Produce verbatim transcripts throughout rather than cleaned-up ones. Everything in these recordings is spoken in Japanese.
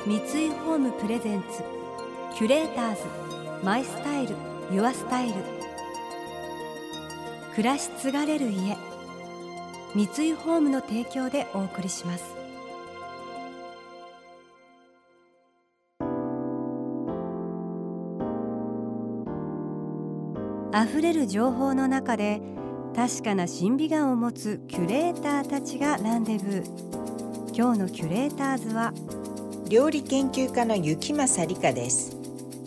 三井ホームプレゼンツキュレーターズマイスタイルユアスタイル。暮らし継がれる家、三井ホームの提供でお送りします。あふれる情報の中で確かな審美眼を持つキュレーターたちがランデブー。今日のキュレーターズは料理研究家の雪政理香です。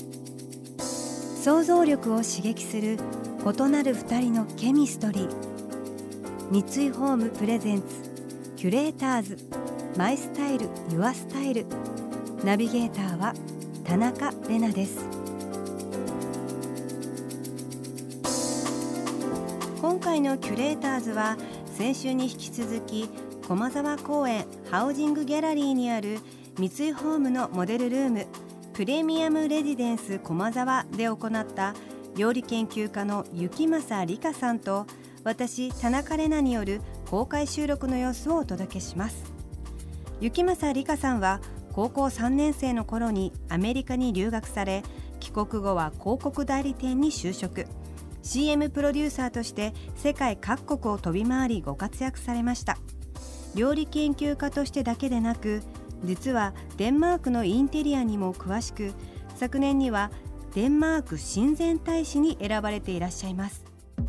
想像力を刺激する異なる二人のケミストリー。三井ホームプレゼンツキュレーターズマイスタイルユアスタイル。ナビゲーターは田中れなです。今回のキュレーターズは先週に引き続き駒沢公園ハウジングギャラリーにある三井ホームのモデルルームプレミアムレジデンス駒沢で行った料理研究家の雪政理香さんと私田中れなによる公開収録の様子をお届けします。雪政理香さんは高校さんねん生の頃にアメリカに留学され、帰国後は広告代理店に就職、 シーエム プロデューサーとして世界各国を飛び回りご活躍されました。料理研究家としてだけでなく、実はデンマークのインテリアにも詳しく、昨年にはデンマーク親善大使に選ばれていらっしゃいます。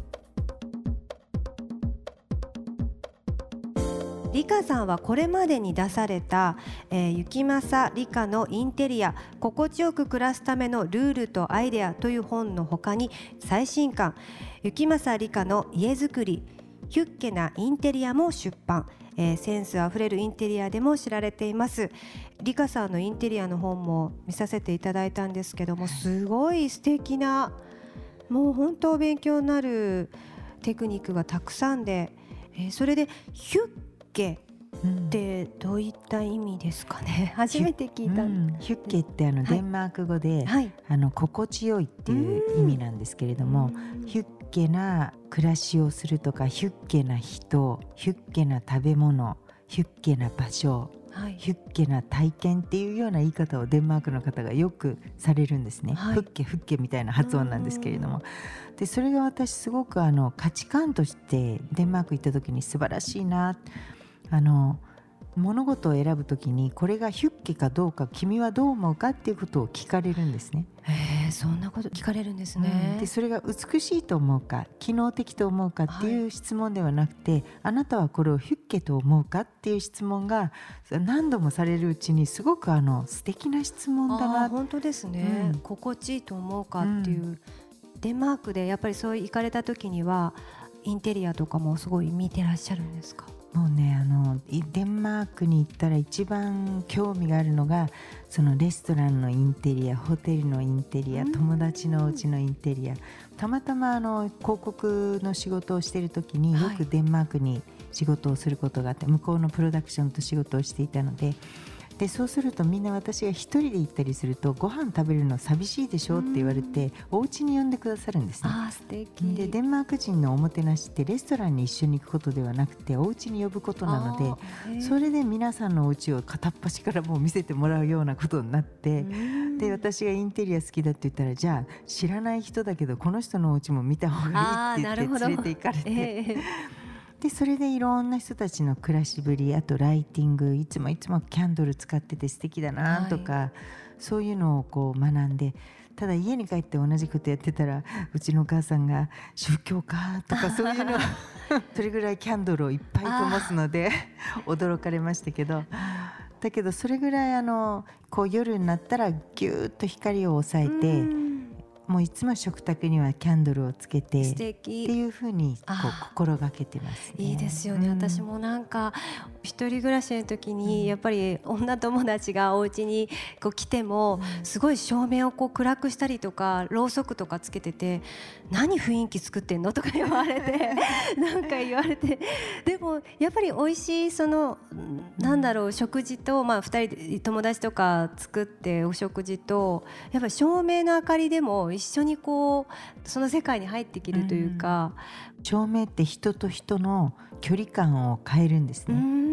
理香さんはこれまでに出された、えー、雪政理香のインテリア心地よく暮らすためのルールとアイデアという本の他に、最新刊雪政理香の家づくりヒュッケなインテリアも出版、えー、センスあふれるインテリアでも知られています。理香さんのインテリアの本も見させていただいたんですけども、すごい素敵な、もう本当勉強になるテクニックがたくさんで、えー、それでヒュッケってどういった意味ですかね。初めて聞いた、うん、 ヒュッケってあのデンマーク語で、 はい、 あの心地よいっていう意味なんですけれども、ヒュッケな暮らしをするとか、ヒュッケな人、ヒュッケな食べ物、ヒュッケな場所、はい、ヒュッケな体験っていうような言い方をデンマークの方がよくされるんですね、はい、フッケフッケみたいな発音なんですけれども、でそれが私すごくあの価値観としてデンマーク行った時に素晴らしいな。あの物事を選ぶときにこれがヒュッケかどうか君はどう思うかっていうことを聞かれるんですね。 へー、そんなこと聞かれるんですね、 うん、でそれが美しいと思うか機能的と思うかっていう質問ではなくて、はい、あなたはこれをヒュッケと思うかっていう質問が何度もされるうちにすごくあの素敵な質問だな。 あ、本当ですね、うん、心地いいと思うかっていう、うん、デンマークでやっぱりそう行かれた時にはインテリアとかもすごい見てらっしゃるんですか？ もうね、あのデンマークに行ったら一番興味があるのがそのレストランのインテリア、ホテルのインテリア、友達のお家のインテリア。たまたまあの広告の仕事をしている時によくデンマークに仕事をすることがあって、はい、向こうのプロダクションと仕事をしていたので、でそうするとみんな私が一人で行ったりするとご飯食べるの寂しいでしょって言われてお家に呼んでくださるんですね。 あ、素敵。 でデンマーク人のおもてなしってレストランに一緒に行くことではなくてお家に呼ぶことなので、それで皆さんのお家を片っ端からもう見せてもらうようなことになって、で私がインテリア好きだって言ったら、じゃあ知らない人だけどこの人のお家も見た方がいいって言って連れて行かれて、えーでそれでいろんな人たちの暮らしぶり、あとライティング、いつもいつもキャンドル使ってて素敵だなとか、はい、そういうのをこう学んで、ただ家に帰って同じことやってたらうちのお母さんが宗教かとかそういうのそれぐらいキャンドルをいっぱい灯すので驚かれましたけど、だけどそれぐらいあのこう夜になったらギューッと光を抑えて、もういつも食卓にはキャンドルをつけてっていう風にこう心がけてますね。 いいですよね、うん、私もなんか一人暮らしの時にやっぱり女友達がお家にこう来てもすごい照明をこう暗くしたりとかろうそくとかつけてて、何雰囲気作ってんのとか言われてなんか言われて、でもやっぱり美味しいそのなんだろう食事と、まあふたりで友達とか作ってお食事と、やっぱり照明の明かりでも一緒にこうその世界に入っていけるというか、 うん、照明って人と人の距離感を変えるんですね。 うん、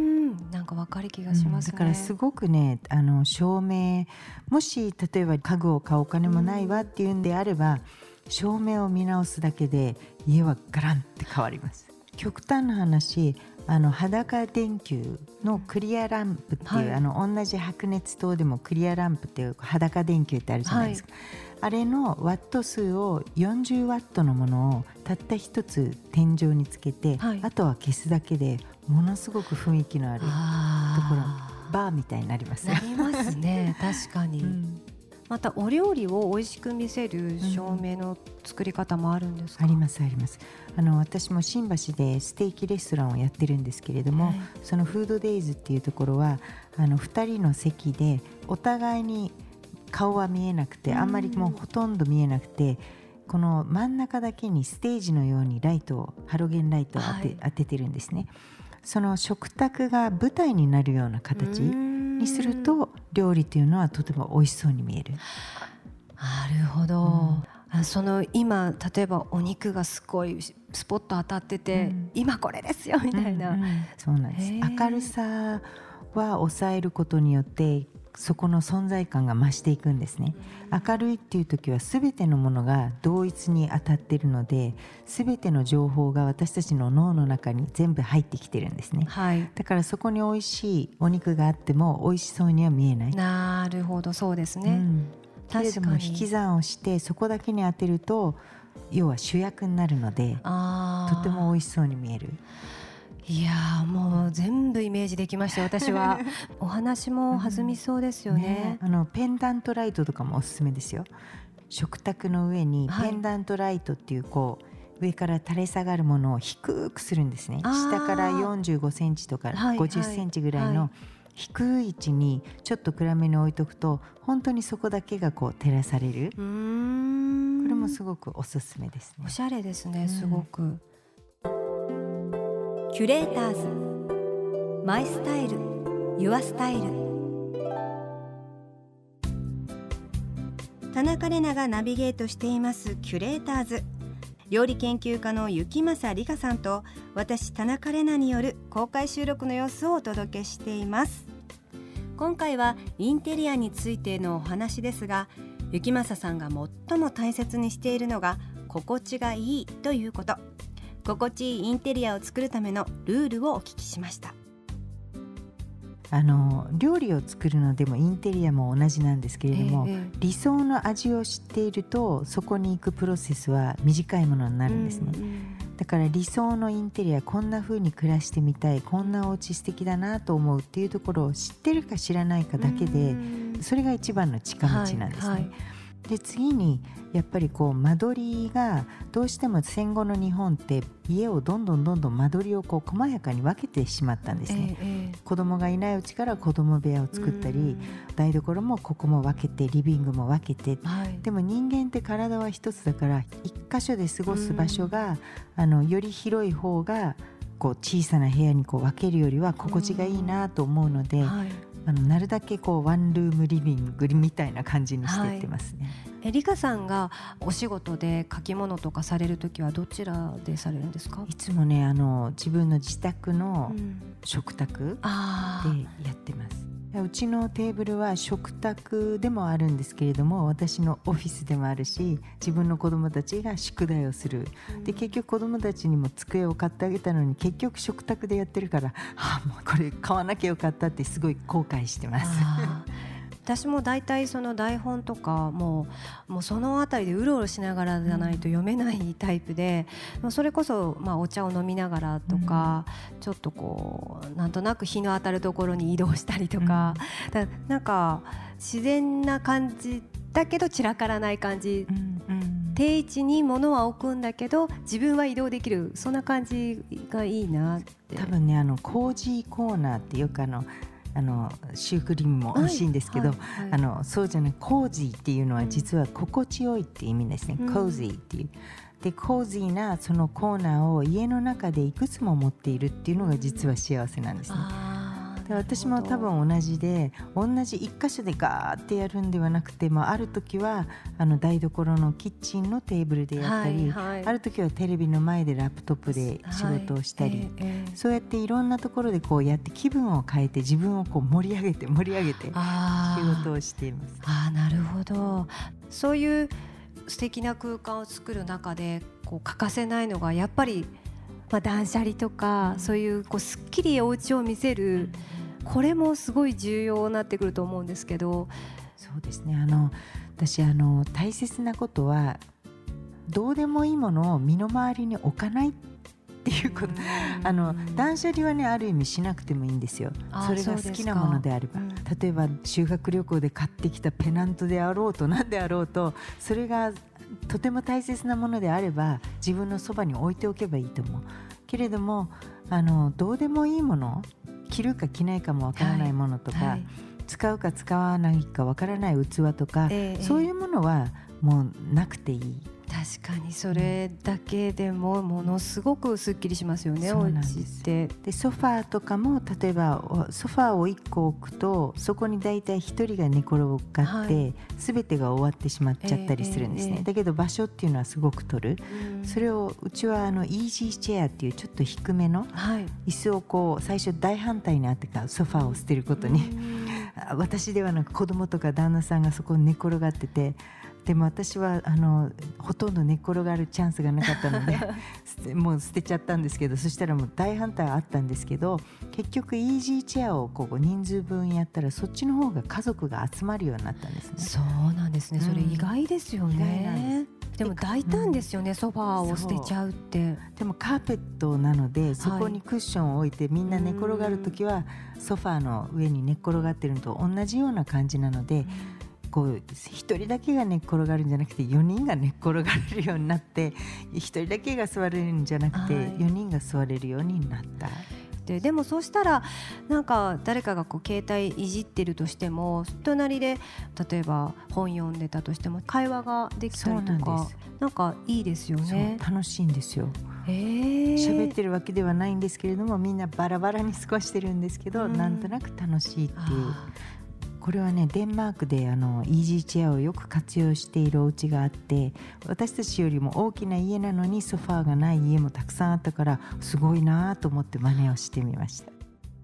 なんか分かる気がしますね、 うん、だからすごくね、あの照明、もし例えば家具を買うお金もないわっていうんであれば、うん、照明を見直すだけで家はガランって変わります。極端な話、あの裸電球のクリアランプっていう、はい、あの同じ白熱灯でもクリアランプっていう裸電球ってあるじゃないですか、はい、あれのワット数をよんじゅうワットのものをたった一つ天井につけて、はい、あとは消すだけでものすごく雰囲気のあるところ、バーみたいになりますね。 なりますね確かに、うん、またお料理を美味しく見せる照明の作り方もあるんですか？ うん、ありますあります。あの私も新橋でステーキレストランをやってるんですけれども、そのフードデイズっていうところはあのふたりの席でお互いに顔は見えなくて、あんまりもうほとんど見えなくて、この真ん中だけにステージのようにライトをハロゲンライトを当て、はい、当ててるんですね。その食卓が舞台になるような形にすると料理というのはとても美味しそうに見える。 なるほど、うん、その今例えばお肉がすごいスポット当たってて、うん、今これですよみたいな、うんうん、 そうなんです。明るさは抑えることによってそこの存在感が増していくんですね。明るいっていう時は全てのものが同一に当たっているので、全ての情報が私たちの脳の中に全部入ってきてるんですね、はい、だからそこに美味しいお肉があっても美味しそうには見えない。 なるほど、そうですね、うん、 けれども引き算をしてそこだけに当てると要は主役になるので、とても美味しそうに見える。 いやーもう全部イメージできました私はお話も弾みそうですよ ね,、うんね、 あのペンダントライトとかもおすすめですよ。食卓の上にペンダントライトっていう、こう上から垂れ下がるものを低くするんですね。下からよんじゅうごセンチとかごじゅっセンチぐらいの低い位置にちょっと暗めに置いとくと本当にそこだけがこう照らされる。うーん、これもすごくおすすめですね。 おしゃれですね、すごく、うん、キュレーターズマイスタイルユアスタイル。田中れながナビゲートしていますキュレーターズ、料理研究家の雪政理香さんと私田中れなによる公開収録の様子をお届けしています。今回はインテリアについてのお話ですが、雪政さんが最も大切にしているのが心地がいいということ。心地いいインテリアを作るためのルールをお聞きしました。 あの料理を作るのでもインテリアも同じなんですけれども、えー、理想の味を知っているとそこに行くプロセスは短いものになるんですね、うんうん、だから理想のインテリア、こんな風に暮らしてみたい、こんなお家素敵だなと思うっていうところを知ってるか知らないかだけで、うん、それが一番の近道なんですね、はいはい。で次にやっぱりこう間取りがどうしても戦後の日本って家をどんどんどんどん間取りをこう細やかに分けてしまったんですね、ええ、子供がいないうちから子供部屋を作ったり、台所もここも分けてリビングも分けて、はい、でも人間って体は一つだから一箇所で過ごす場所があのより広い方がこう小さな部屋にこう分けるよりは心地がいいなと思うので、はい、あのなるだけこうワンルームリビングみたいな感じにしていってますね、はい。えりかさんがお仕事で書き物とかされるときはどちらでされるんですか？ いつもね、あの自分の自宅の食卓でやってます、うん、うちのテーブルは食卓でもあるんですけれども、私のオフィスでもあるし、自分の子供たちが宿題をする、うん、で結局子供たちにも机を買ってあげたのに結局食卓でやってるから、はあ、もうこれ買わなきゃよかったってすごい後悔してます。 私も大体その台本とかもう、もうそのあたりでうろうろしながらじゃないと読めないタイプで、うん、それこそまあお茶を飲みながらとか、うん、ちょっとこうなんとなく日の当たるところに移動したりとか、うん、だなんか自然な感じだけど散らからない感じ、うんうん、定位置に物は置くんだけど自分は移動できる、そんな感じがいいなって。 多分ね、あのコージーコーナーってよくあのあのシュークリームも美味しいんですけど、はいはいはい、あのそうじゃない、コージーっていうのは実は心地よいっていう意味ですね、うん、コージーっていう。でコージーなそのコーナーを家の中でいくつも持っているっていうのが実は幸せなんですね。あで私も多分同じで、同じ一箇所でガーってやるんではなくて、まあ、ある時はあの台所のキッチンのテーブルでやったり、はいはい、ある時はテレビの前でラップトップで仕事をしたり、はいえーえー、そうやっていろんなところでこうやって気分を変えて自分をこう盛り上げて盛り上げて仕事をしています。 ああ、なるほど。そういう素敵な空間を作る中でこう欠かせないのがやっぱり、まあ、断捨離とか、うん、そういうこうすっきりお家を見せる、これもすごい重要になってくると思うんですけど。 そうですね、あの私あの大切なことはどうでもいいものを身の回りに置かないっていうこと。あの断捨離はね、ある意味しなくてもいいんですよ。それが好きなものであれば、うん、例えば修学旅行で買ってきたペナントであろうと何であろうと、それがとても大切なものであれば自分のそばに置いておけばいいと思うけれども、あのどうでもいいもの、着るか着ないかもわからないものとか、はいはい、使うか使わないかわからない器とか、えー、そういうものはもうなくていい。 確かにそれだけでもものすごくすっきりしますよね、お家って。 でソファーとかも、例えばソファーをいっこ置くとそこにだいたいひとりが寝転がって、はい、全てが終わってしまっちゃったりするんですね、えーえー、だけど場所っていうのはすごく取る、うん、それをうちはあのイージーチェアっていうちょっと低めの椅子をこう最初大反対にあってからソファーを捨てることに、うん、私ではなく子供とか旦那さんがそこに寝転がってて、でも私はあのほとんど寝っ転がるチャンスがなかったのでもう捨てちゃったんですけど、そしたらもう大反対あったんですけど、結局イージーチェアをこう人数分やったらそっちの方が家族が集まるようになったんですね。 そうなんですね、それ意外ですよね、うん、でも大胆ですよね、うん、ソファーを捨てちゃうって。 でもカーペットなのでそこにクッションを置いてみんな寝転がるときはソファーの上に寝っ転がってるのと同じような感じなので、こうひとりだけが寝っ転がるんじゃなくてよにんが寝っ転がれるようになって、ひとりだけが座れるんじゃなくてよにんが座れるようになった。 で, でもそうしたらなんか誰かがこう携帯いじってるとしても隣で例えば本読んでたとしても会話ができたりとか、そうなんです。なんかいいですよね。 そう楽しいんですよ。喋ってるわけではないんですけれども、みんなバラバラに過ごしてるんですけど、うん、なんとなく楽しいっていう。これはね、デンマークであのイージーチェアをよく活用しているお家があって、私たちよりも大きな家なのにソファーがない家もたくさんあったから、すごいなと思って真似をしてみました。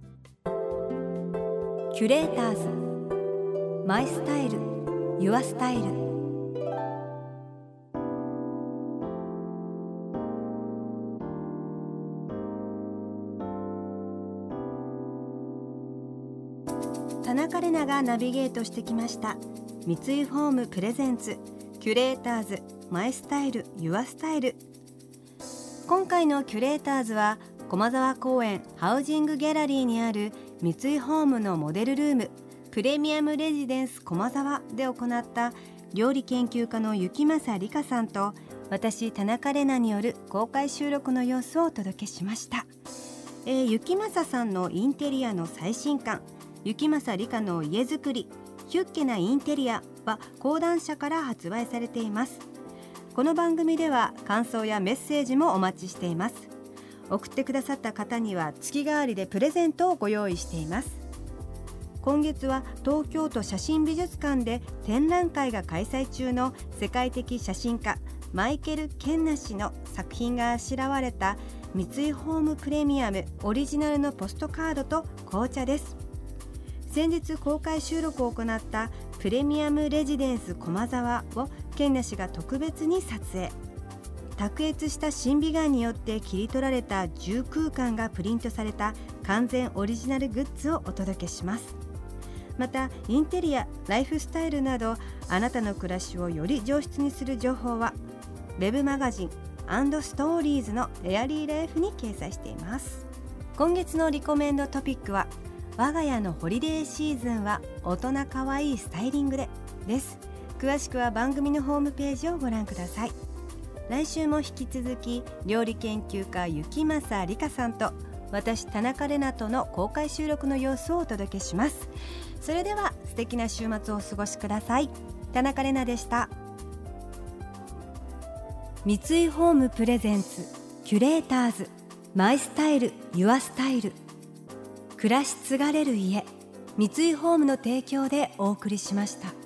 キュレーターズマイスタイルユアスタイル。田中れながナビゲートしてきました三井ホームプレゼンツキュレーターズマイスタイルユアスタイル。今回のキュレーターズは駒沢公園ハウジングギャラリーにある三井ホームのモデルルームプレミアムレジデンス駒沢で行った料理研究家の雪政理香さんと私田中れなによる公開収録の様子をお届けしました。えー、雪政さんのインテリアの最新刊雪政理香の家づくりヒュッケなインテリアは講談社から発売されています。この番組では感想やメッセージもお待ちしています。送ってくださった方には月替わりでプレゼントをご用意しています。今月は東京都写真美術館で展覧会が開催中の世界的写真家マイケル・ケンナ氏の作品があしらわれた三井ホームプレミアムオリジナルのポストカードと紅茶です。先日公開収録を行ったプレミアムレジデンス駒沢をケンナ氏が特別に撮影。卓越した審美眼によって切り取られた重空間がプリントされた完全オリジナルグッズをお届けします。またインテリア、ライフスタイルなどあなたの暮らしをより上質にする情報はウェブマガジン&ストーリーズのレアリーライフに掲載しています。今月のリコメンドトピックは我が家のホリデーシーズンは大人かわいいスタイリングでです。詳しくは番組のホームページをご覧ください。来週も引き続き料理研究家雪政理香さんと私田中れなとの公開収録の様子をお届けします。それでは素敵な週末をお過ごしください。田中れなでした。三井ホームプレゼンツキュレーターズマイスタイルユアスタイル。 暮らし継がれる家、三井ホームの提供でお送りしました。